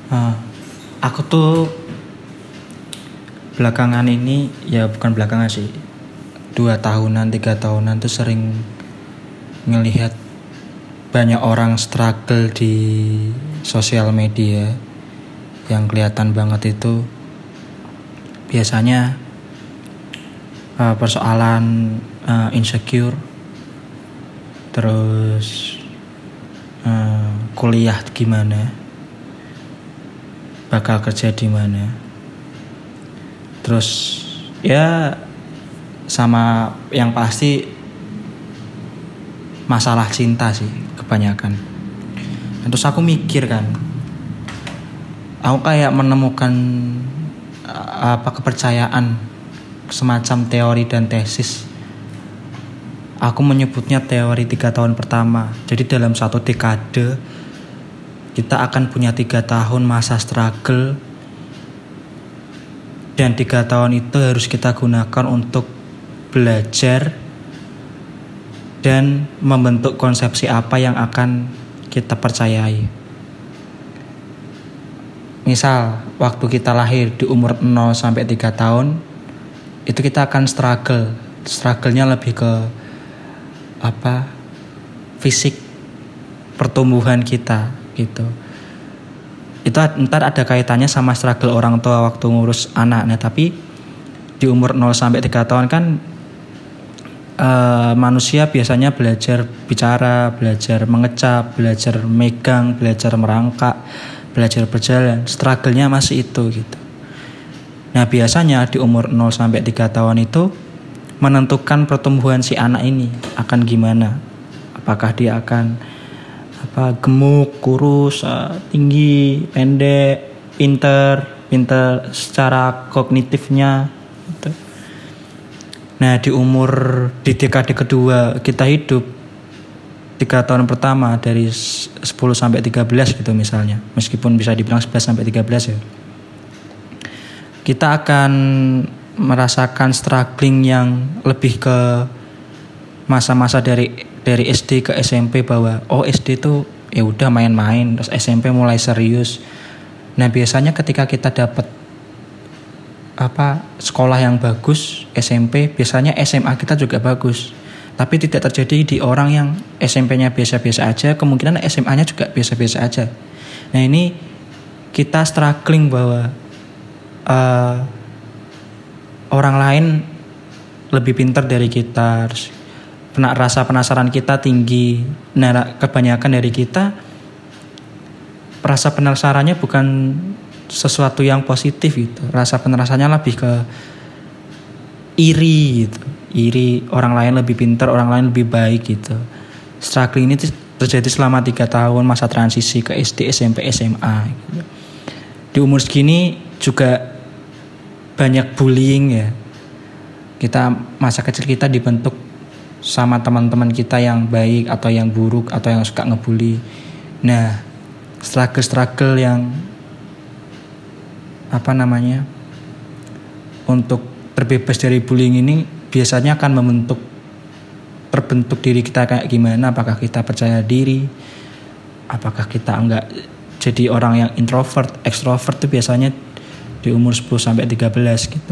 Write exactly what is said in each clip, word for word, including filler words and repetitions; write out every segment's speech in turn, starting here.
Uh, aku tuh belakangan ini, ya bukan belakangan sih, dua tahunan, tiga tahunan tuh sering ngelihat banyak orang struggle di sosial media. Yang kelihatan banget itu biasanya uh, persoalan uh, insecure, terus uh, kuliah gimana, bakal kerja di mana, terus ya sama yang pasti masalah cinta sih kebanyakan. Terus aku mikir kan, aku kayak menemukan apa kepercayaan semacam teori dan tesis. Aku menyebutnya teori tiga tahun pertama. Jadi dalam satu dekade kita akan punya tiga tahun masa struggle, dan tiga tahun itu harus kita gunakan untuk belajar dan membentuk konsepsi apa yang akan kita percayai. Misal waktu kita lahir di umur nol sampai tiga tahun, itu kita akan struggle. Struggle-nya lebih ke apa? Fisik, pertumbuhan kita gitu. Itu ntar ada kaitannya sama struggle orang tua waktu ngurus anaknya. Tapi di umur nol sampai tiga tahun kan uh, manusia biasanya belajar bicara, belajar mengecap, belajar megang, belajar merangkak, belajar berjalan. Struggle-nya masih itu gitu. Nah biasanya di umur nol sampai tiga tahun itu menentukan pertumbuhan si anak ini akan gimana. Apakah dia akan apa gemuk, kurus, uh, tinggi, pendek, pinter, pinter secara kognitifnya gitu. Nah di umur di dekade kedua kita hidup, tiga tahun pertama dari sepuluh sampai tiga belas gitu misalnya, meskipun bisa dibilang sebelas sampai tiga belas ya, kita akan merasakan struggling yang lebih ke masa-masa dari dari S D ke S M P, bahwa oh S D tuh ya udah main-main, terus S M P mulai serius. Nah biasanya ketika kita dapat apa sekolah yang bagus, S M P, biasanya S M A kita juga bagus. Tapi tidak terjadi di orang yang S M P-nya biasa-biasa aja, kemungkinan S M A-nya juga biasa-biasa aja. Nah ini kita struggling bahwa uh, orang lain lebih pintar dari kita, pernah rasa penasaran kita tinggi. Nah kebanyakan dari kita rasa penasarannya bukan sesuatu yang positif gitu. Rasa penasarannya lebih ke iri gitu. Iri orang lain lebih pintar, orang lain lebih baik gitu. Struggling ini terjadi selama tiga tahun masa transisi ke S D, S M P, S M A gitu. Di umur segini juga banyak bullying ya. Kita masa kecil kita dibentuk sama teman-teman kita yang baik atau yang buruk atau yang suka ngebully. Nah, struggle-struggle yang apa namanya untuk terbebas dari bullying ini biasanya akan membentuk terbentuk diri kita kayak gimana. Apakah kita percaya diri, apakah kita enggak jadi orang yang introvert, extrovert itu biasanya di umur sepuluh sampai tiga belas gitu.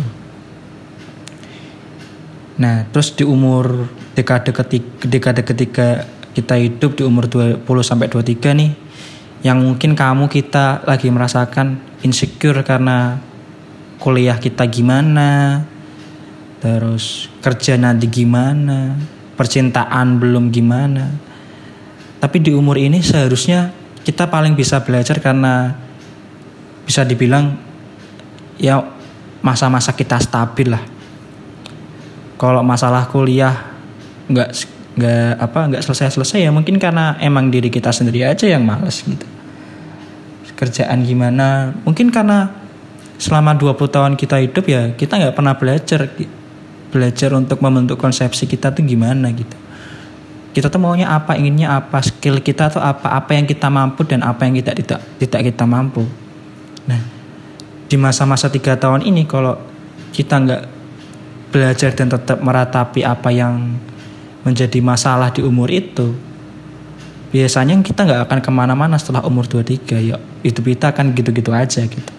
Nah, terus di umur dekade ketiga, dekade ketiga kita hidup di umur dua puluh sampai dua puluh tiga nih, yang mungkin kamu kita lagi merasakan insecure karena kuliah kita gimana, terus kerja nanti gimana, percintaan belum gimana. Tapi di umur ini seharusnya kita paling bisa belajar karena bisa dibilang ya masa-masa kita stabil lah. Kalau masalah kuliah nggak nggak apa nggak selesai-selesai ya mungkin karena emang diri kita sendiri aja yang malas gitu. Kerjaan gimana? Mungkin karena selama dua puluh tahun kita hidup ya kita nggak pernah belajar belajar untuk membentuk konsepsi kita tuh gimana gitu. Kita tuh maunya apa, inginnya apa, skill kita tuh apa, apa yang kita mampu dan apa yang kita tidak tidak kita mampu. Nah, di masa-masa tiga tahun ini kalau kita nggak belajar dan tetap meratapi apa yang menjadi masalah di umur itu, biasanya kita nggak akan kemana-mana setelah umur dua puluh tiga. Ya hidup kita akan gitu-gitu aja gitu.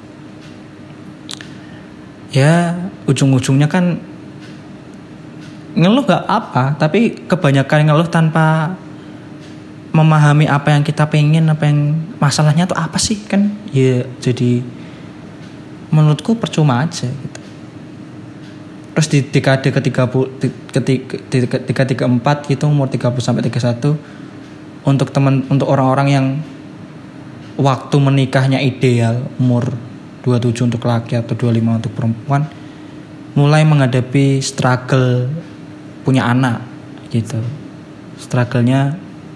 Ya ujung-ujungnya kan ngeluh gak apa, tapi kebanyakan ngeluh tanpa memahami apa yang kita pengen, apa yang masalahnya tuh apa sih kan. Ya jadi menurutku percuma aja gitu. Terus di dekade ketiga puluh ketika tiga puluh empat gitu, umur tiga puluh sampai tiga puluh satu, untuk teman untuk orang-orang yang waktu menikahnya ideal umur dua puluh tujuh untuk laki atau dua puluh lima untuk perempuan, mulai menghadapi struggle punya anak gitu. Struggle-nya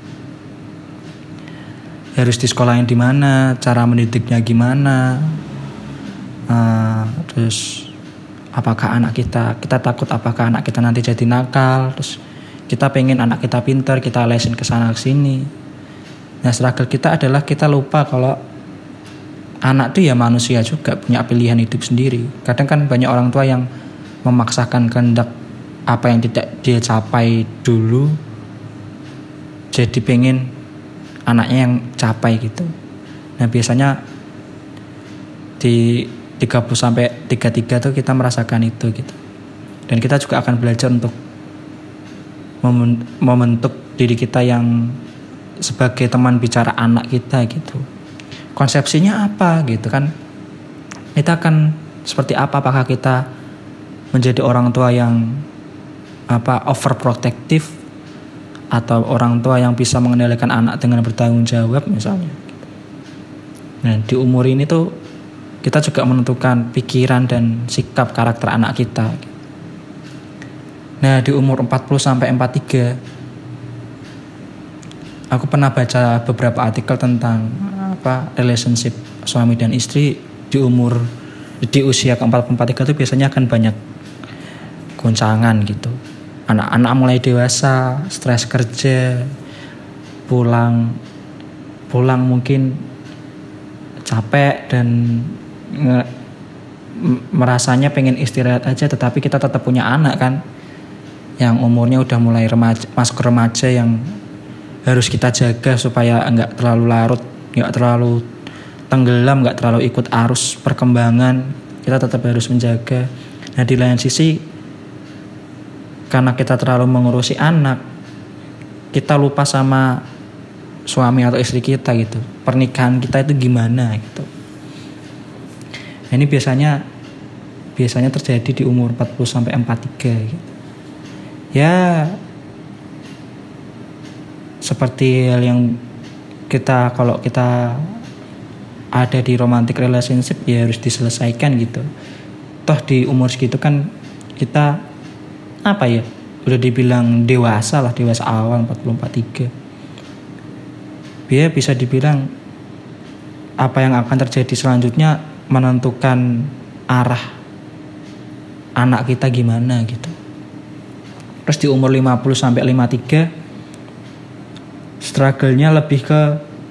harus di sekolah yang di mana, cara mendidiknya gimana, uh, terus apakah anak kita kita takut apakah anak kita nanti jadi nakal, terus kita pengen anak kita pintar, kita lesin ke sana ke sini. Nah, struggle kita adalah kita lupa kalau anak itu ya manusia juga, punya pilihan hidup sendiri. Kadang kan banyak orang tua yang memaksakan kehendak apa yang tidak dia capai dulu, jadi pengen anaknya yang capai gitu. Nah, biasanya di tiga puluh sampai tiga puluh tiga tuh kita merasakan itu gitu. Dan kita juga akan belajar untuk membentuk diri kita yang sebagai teman bicara anak kita gitu. Konsepsinya apa gitu kan. Kita akan seperti apa, apakah kita menjadi orang tua yang apa overprotective atau orang tua yang bisa mengendalikan anak dengan bertanggung jawab misalnya. Nah, di umur ini tuh kita juga menentukan pikiran dan sikap karakter anak kita. Nah, di umur empat puluh sampai empat puluh tiga aku pernah baca beberapa artikel tentang apa relationship suami dan istri di umur di usia ke empat puluh empat tiga itu biasanya akan banyak goncangan gitu. Anak-anak mulai dewasa, stres kerja, pulang pulang mungkin capek dan nge, merasanya pengen istirahat aja, tetapi kita tetap punya anak kan yang umurnya udah mulai remaja, masuk remaja, yang harus kita jaga supaya enggak terlalu larut, enggak terlalu tenggelam, enggak terlalu ikut arus perkembangan. Kita tetap harus menjaga. Nah, di lain sisi karena kita terlalu mengurusi anak, kita lupa sama suami atau istri kita gitu. Pernikahan kita itu gimana gitu. Nah, ini biasanya biasanya terjadi di umur empat puluh sampai empat puluh tiga gitu. Ya seperti hal yang kita kalau kita ada di romantic relationship ya harus diselesaikan gitu. Toh di umur segitu kan kita apa ya, udah dibilang dewasa lah, dewasa awal empat puluh empat tiga. Dia bisa dibilang apa yang akan terjadi selanjutnya menentukan arah anak kita gimana gitu. Terus di umur lima puluh sampai lima puluh tiga struggle-nya lebih ke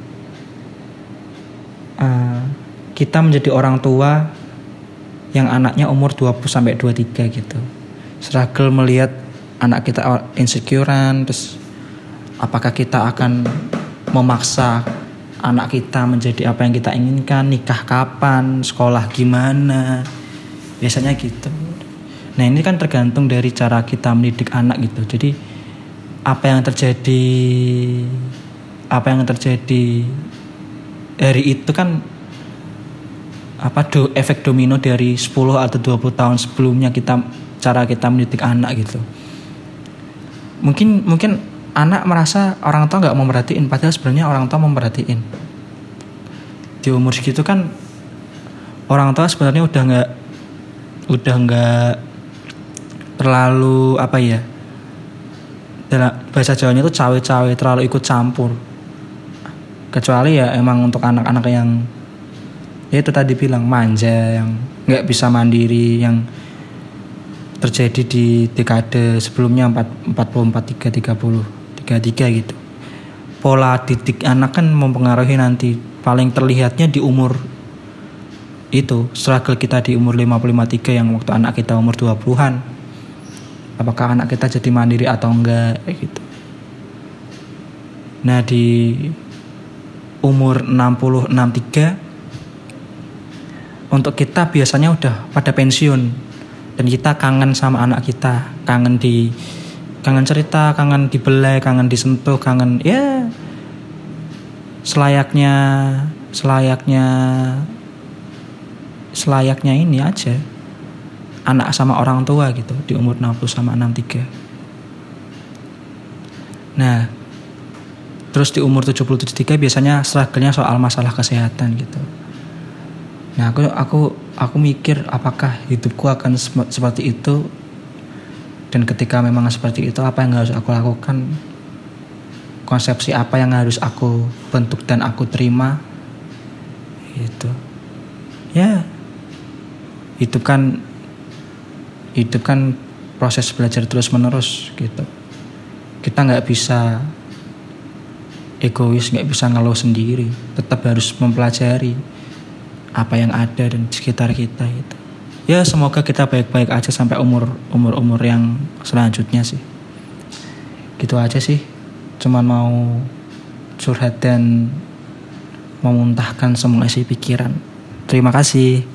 uh, kita menjadi orang tua yang anaknya umur dua puluh sampai dua puluh tiga gitu. Struggle melihat anak kita insecurean, terus apakah kita akan memaksa anak kita menjadi apa yang kita inginkan, nikah kapan, sekolah gimana, biasanya gitu. Nah, ini kan tergantung dari cara kita mendidik anak gitu. Jadi apa yang terjadi apa yang terjadi hari itu kan apa do, efek domino dari sepuluh atau dua puluh tahun sebelumnya kita, cara kita mendidik anak gitu. Mungkin mungkin anak merasa orang tua nggak memperhatiin, padahal sebenarnya orang tua memperhatiin. Di umur segitu kan orang tua sebenarnya udah nggak udah nggak terlalu apa ya, dalam bahasa Jawanya itu cawe-cawe, terlalu ikut campur. Kecuali ya emang untuk anak-anak yang ya itu tadi bilang manja, yang nggak bisa mandiri, yang terjadi di dekade sebelumnya empat puluh empat tiga tiga puluh tiga tiga gitu. Pola didik anak kan mempengaruhi nanti, paling terlihatnya di umur itu. Struggle kita di umur lima puluh lima tiga yang waktu anak kita umur dua puluhan. Apakah anak kita jadi mandiri atau enggak gitu. Nah di umur enam puluh enam puluh tiga untuk kita biasanya udah pada pensiun dan kita kangen sama anak kita, kangen di kangen cerita, kangen dibelai, kangen disentuh, kangen ya selayaknya selayaknya selayaknya ini aja anak sama orang tua gitu di umur enam puluh sama enam puluh tiga. Nah, terus di umur tujuh puluh tujuh puluh tiga biasanya struggle-nya soal masalah kesehatan gitu. Nah, aku aku aku mikir apakah hidupku akan sem- seperti itu, dan ketika memang seperti itu apa yang harus aku lakukan? Konsepsi apa yang harus aku bentuk dan aku terima? Gitu. Ya. Hidup kan hidup kan proses belajar terus-menerus gitu. Kita nggak bisa egois, nggak bisa ngeluh sendiri, tetap harus mempelajari apa yang ada dan di sekitar kita gitu. Ya semoga kita baik-baik aja sampai umur umur umur yang selanjutnya sih. Gitu aja sih. Cuman mau curhat dan memuntahkan semua isi pikiran. Terima kasih.